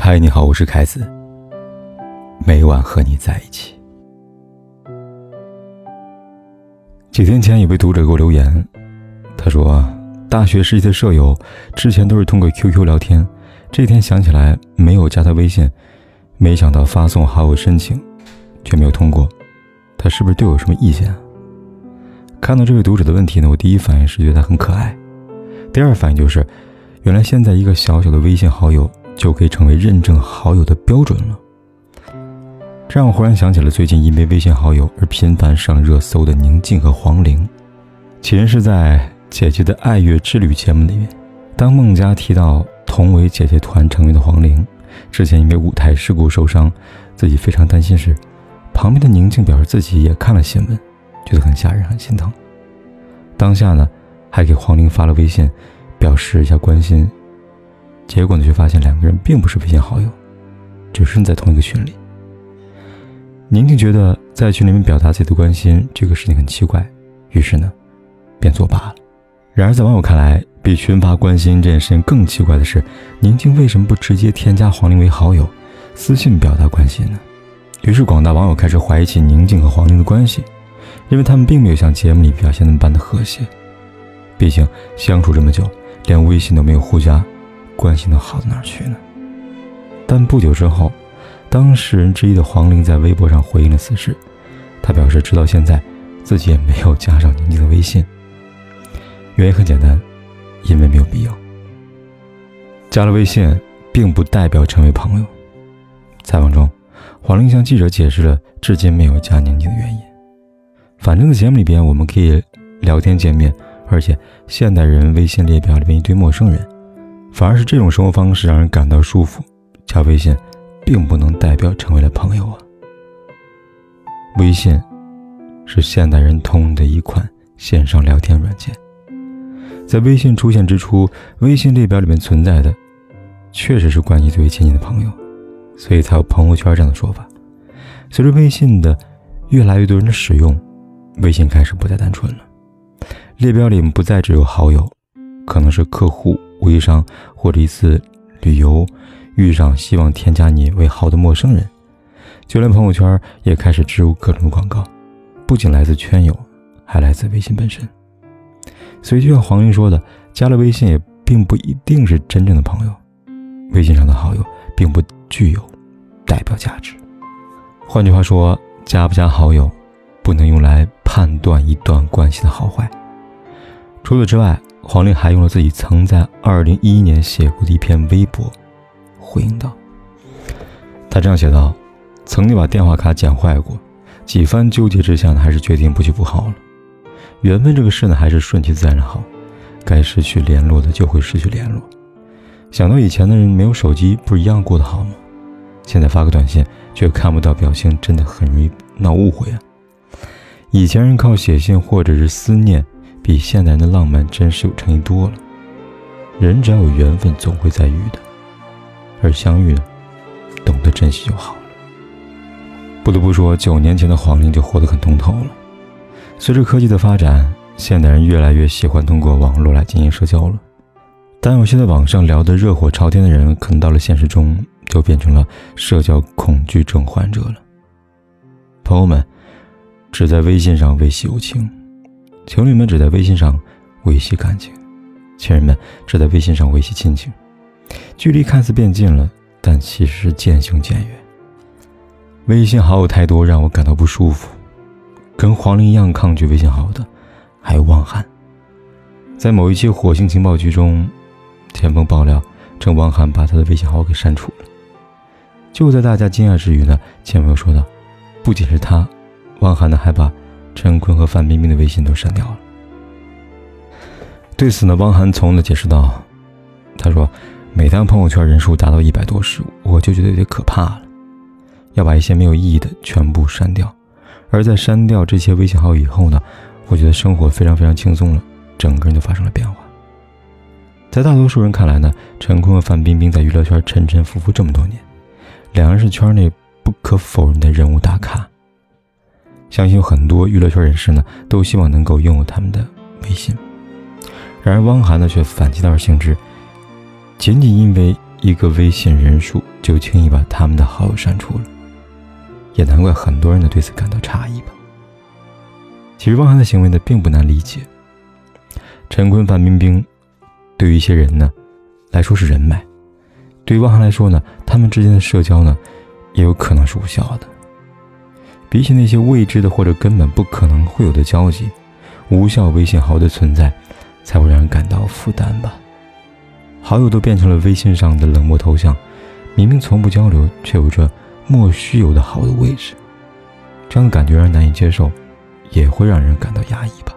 嗨，你好，我是凯子，每晚和你在一起。几天前有位读者给我留言，他说大学时期的舍友之前都是通过 QQ 聊天，这天想起来没有加他微信，没想到发送好友申请却没有通过，他是不是对我有什么意见啊？看到这位读者的问题呢，我第一反应是觉得他很可爱，第二反应就是原来现在一个小小的微信好友就可以成为认证好友的标准了。这让我忽然想起了最近因为微信好友而频繁上热搜的宁静和黄龄。起因是在姐姐的爱乐之旅节目里面，当孟佳提到同为姐姐团成员的黄龄之前因为舞台事故受伤，自己非常担心时，旁边的宁静表示自己也看了新闻，觉得很吓人很心疼，当下呢还给黄龄发了微信表示一下关心，结果呢却发现两个人并不是微信好友，只是在同一个群里。宁静觉得在群里面表达自己的关心这个事情很奇怪，于是呢便作罢了。然而在网友看来，比群发关心这件事情更奇怪的是，宁静为什么不直接添加黄龄为好友，私信表达关心呢？于是广大网友开始怀疑起宁静和黄龄的关系，因为他们并没有像节目里表现那般的和谐。毕竟相处这么久，连微信都没有互加，关系能好到哪儿去呢？但不久之后，当事人之一的黄龄在微博上回应了此事，他表示直到现在自己也没有加上宁静的微信，原因很简单，因为没有必要。加了微信并不代表成为朋友。采访中，黄龄向记者解释了至今没有加宁静的原因。反正在节目里边我们可以聊天见面，而且现代人微信列表里面一堆陌生人，反而是这种生活方式让人感到舒服。加微信并不能代表成为了朋友啊。微信是现代人通用的一款线上聊天软件，在微信出现之初，微信列表里面存在的确实是关系最为亲近的朋友，所以才有朋友圈这样的说法。随着微信的越来越多人的使用，微信开始不再单纯了，列表里不再只有好友，可能是客户、微商或者一次旅游遇上希望添加你为好的陌生人，就连朋友圈也开始植入各种广告，不仅来自圈友，还来自微信本身。所以就像黄龄说的，加了微信也并不一定是真正的朋友，微信上的好友并不具有代表价值。换句话说，加不加好友不能用来判断一段关系的好坏。除此之外，黄龄还用了自己曾在2011年写过的一篇微博回应道，他这样写道：曾经把电话卡剪坏过，几番纠结之下呢，还是决定不去补号了。缘分这个事呢，还是顺其自然好，该失去联络的就会失去联络。想到以前的人没有手机不是一样过得好吗？现在发个短信却看不到表情，真的很容易闹误会啊。以前人靠写信或者是思念，比现代人的浪漫真是有诚意多了。人只要有缘分总会再遇的，而相遇呢，懂得珍惜就好了。不得不说，9年前的黄龄就活得很通透了。随着科技的发展，现代人越来越喜欢通过网络来进行社交了。但有些在网上聊得热火朝天的人，可能到了现实中就变成了社交恐惧症患者了。朋友们只在微信上维系友情，情侣们只在微信上维系感情，亲人们只在微信上维系亲情。距离看似变近了，但其实是渐行渐远。微信好友太多让我感到不舒服。跟黄龄一样抗拒微信好友的还有汪涵。在某一期火星情报局中，前锋爆料称汪涵把他的微信好友给删除了。就在大家惊讶之余呢，前锋又说道，不仅是他，汪涵呢还把陈坤和范冰冰的微信都删掉了。对此呢，汪涵从容地解释道，他说每当朋友圈人数达到100多时，我就觉得有点可怕了，要把一些没有意义的全部删掉。而在删掉这些微信好友以后呢，我觉得生活非常非常轻松了，整个人都发生了变化。在大多数人看来呢，陈坤和范冰冰在娱乐圈沉沉浮浮这么多年，两人是圈内不可否认的人物大咖。相信有很多娱乐圈人士呢，都希望能够拥有他们的微信。然而汪涵呢却反其道而行之，仅仅因为一个微信人数就轻易把他们的好友删除了，也难怪很多人对此感到诧异吧。其实汪涵的行为呢并不难理解，陈坤、范冰冰对于一些人呢来说是人脉，对于汪涵来说呢，他们之间的社交呢也有可能是无效的。比起那些未知的或者根本不可能会有的交集，无效微信好友的存在才会让人感到负担吧。好友都变成了微信上的冷漠头像，明明从不交流，却有着莫须有的好的位置，这样的感觉让人难以接受，也会让人感到压抑吧。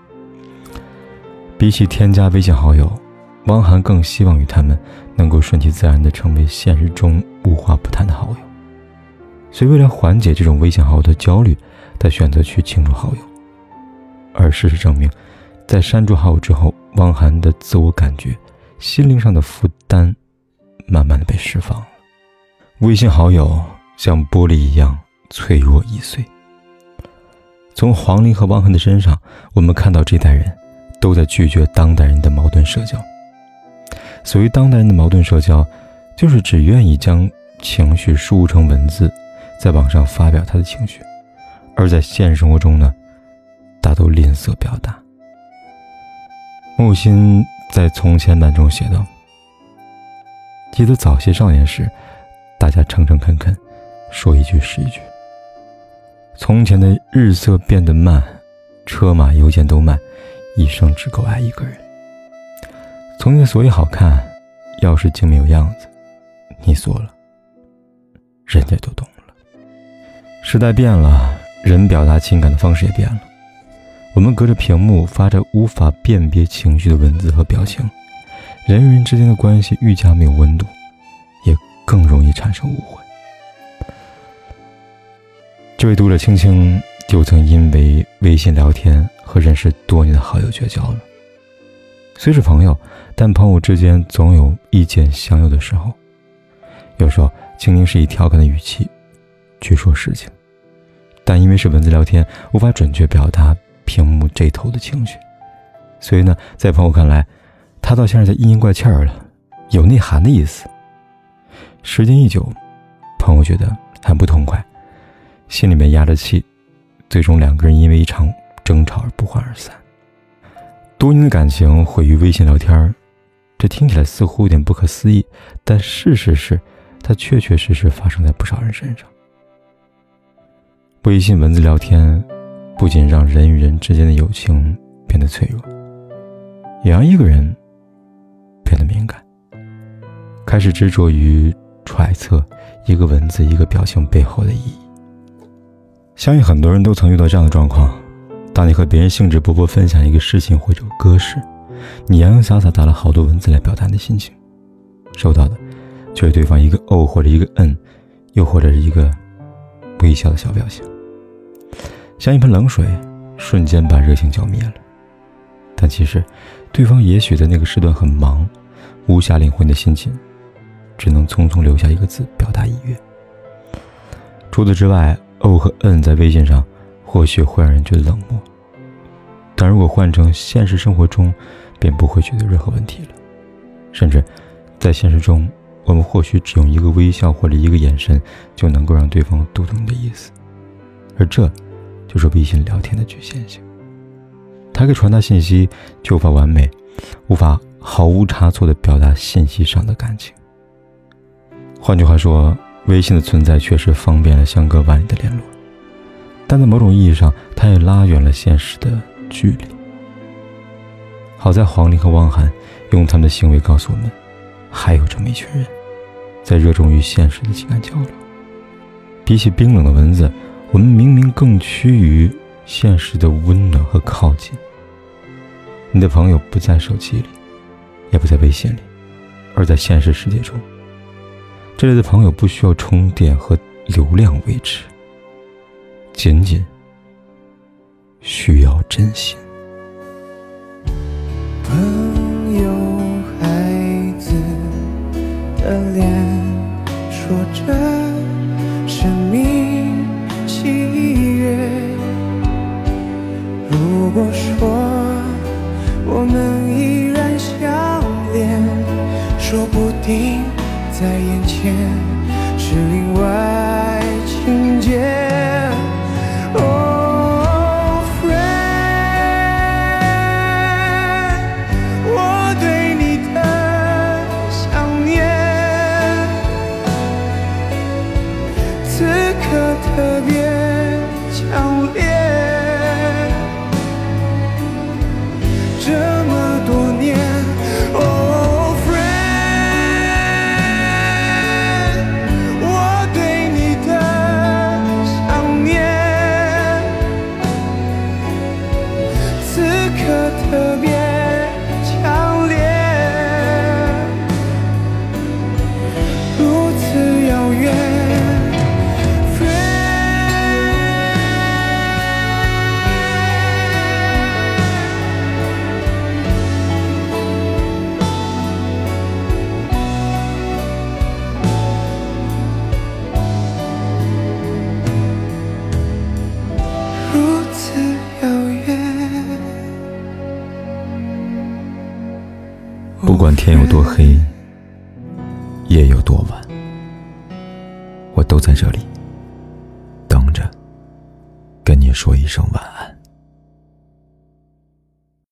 比起添加微信好友，汪涵更希望与他们能够顺其自然地成为现实中无话不谈的好友，所以为了缓解这种微信好友的焦虑，他选择去清除好友。而事实证明，在删除好友之后，汪涵的自我感觉、心灵上的负担慢慢地被释放了。微信好友像玻璃一样脆弱易碎。从黄龄和汪涵的身上，我们看到这代人都在拒绝当代人的矛盾社交。所谓当代人的矛盾社交，就是只愿意将情绪输入成文字，在网上发表他的情绪，而在现实生活中呢，大都吝啬表达。木心在《从前版》中写道：记得早些少年时，大家诚诚恳恳，说一句是一句。从前的日色变得慢，车马邮件都慢，一生只够爱一个人。从前的所以好看，要是竟没有样子，你锁了，人家都懂了。时代变了，人表达情感的方式也变了。我们隔着屏幕发着无法辨别情绪的文字和表情，人与人之间的关系愈加没有温度，也更容易产生误会。这位读者青青就曾因为微信聊天和认识多年的好友绝交了。虽是朋友，但朋友之间总有意见相右的时候。有时候青青是以调侃的语气去说事情，但因为是文字聊天，无法准确表达屏幕这头的情绪，所以呢，在朋友看来，他倒像是在阴阴怪气儿了，有内涵的意思。时间一久，朋友觉得很不痛快，心里面压着气，最终两个人因为一场争吵而不欢而散。多年的感情毁于微信聊天，这听起来似乎有点不可思议，但事实是它确确实实发生在不少人身上。微信文字聊天不仅让人与人之间的友情变得脆弱，也让一个人变得敏感，开始执着于揣测一个文字一个表情背后的意义。相信很多人都曾遇到这样的状况，当你和别人兴致勃勃分享一个事情或者歌时，你洋洋洒洒打了好多文字来表达你的心情，收到的却是对方一个哦或者一个嗯，又或者是一个微笑的小表情，像一盆冷水瞬间把热情浇灭了。但其实对方也许在那个时段很忙，无暇领会你的心情，只能匆匆留下一个字表达意愿。除此之外，哦和嗯在微信上或许会让人觉得冷漠，但如果换成现实生活中，便不会觉得任何问题了。甚至在现实中，我们或许只用一个微笑或者一个眼神，就能够让对方读懂你的意思。而这就是微信聊天的局限性，它可以传达信息，却无法完美，无法毫无差错地表达信息上的感情。换句话说，微信的存在确实方便了相隔万里的联络，但在某种意义上，它也拉远了现实的距离。好在黄龄和汪涵用他们的行为告诉我们，还有这么一群人，在热衷于现实的情感交流。比起冰冷的文字，我们明明更趋于现实的温暖和靠近。你的朋友不在手机里，也不在微信里，而在现实世界中。这类的朋友不需要充电和流量维持，仅仅需要真心。 朋友孩子的脸，说着生命喜悦。如果说我们依然相恋，说不定是另外情节。Oh friend， 我对你的想念，此刻特别强烈。这么多年，Oh friend， 我对你的想念，此刻特别强烈，如此遥远。如此遥远。 不管天有多黑，夜有多晚，我都在这里等着跟你说一声晚安。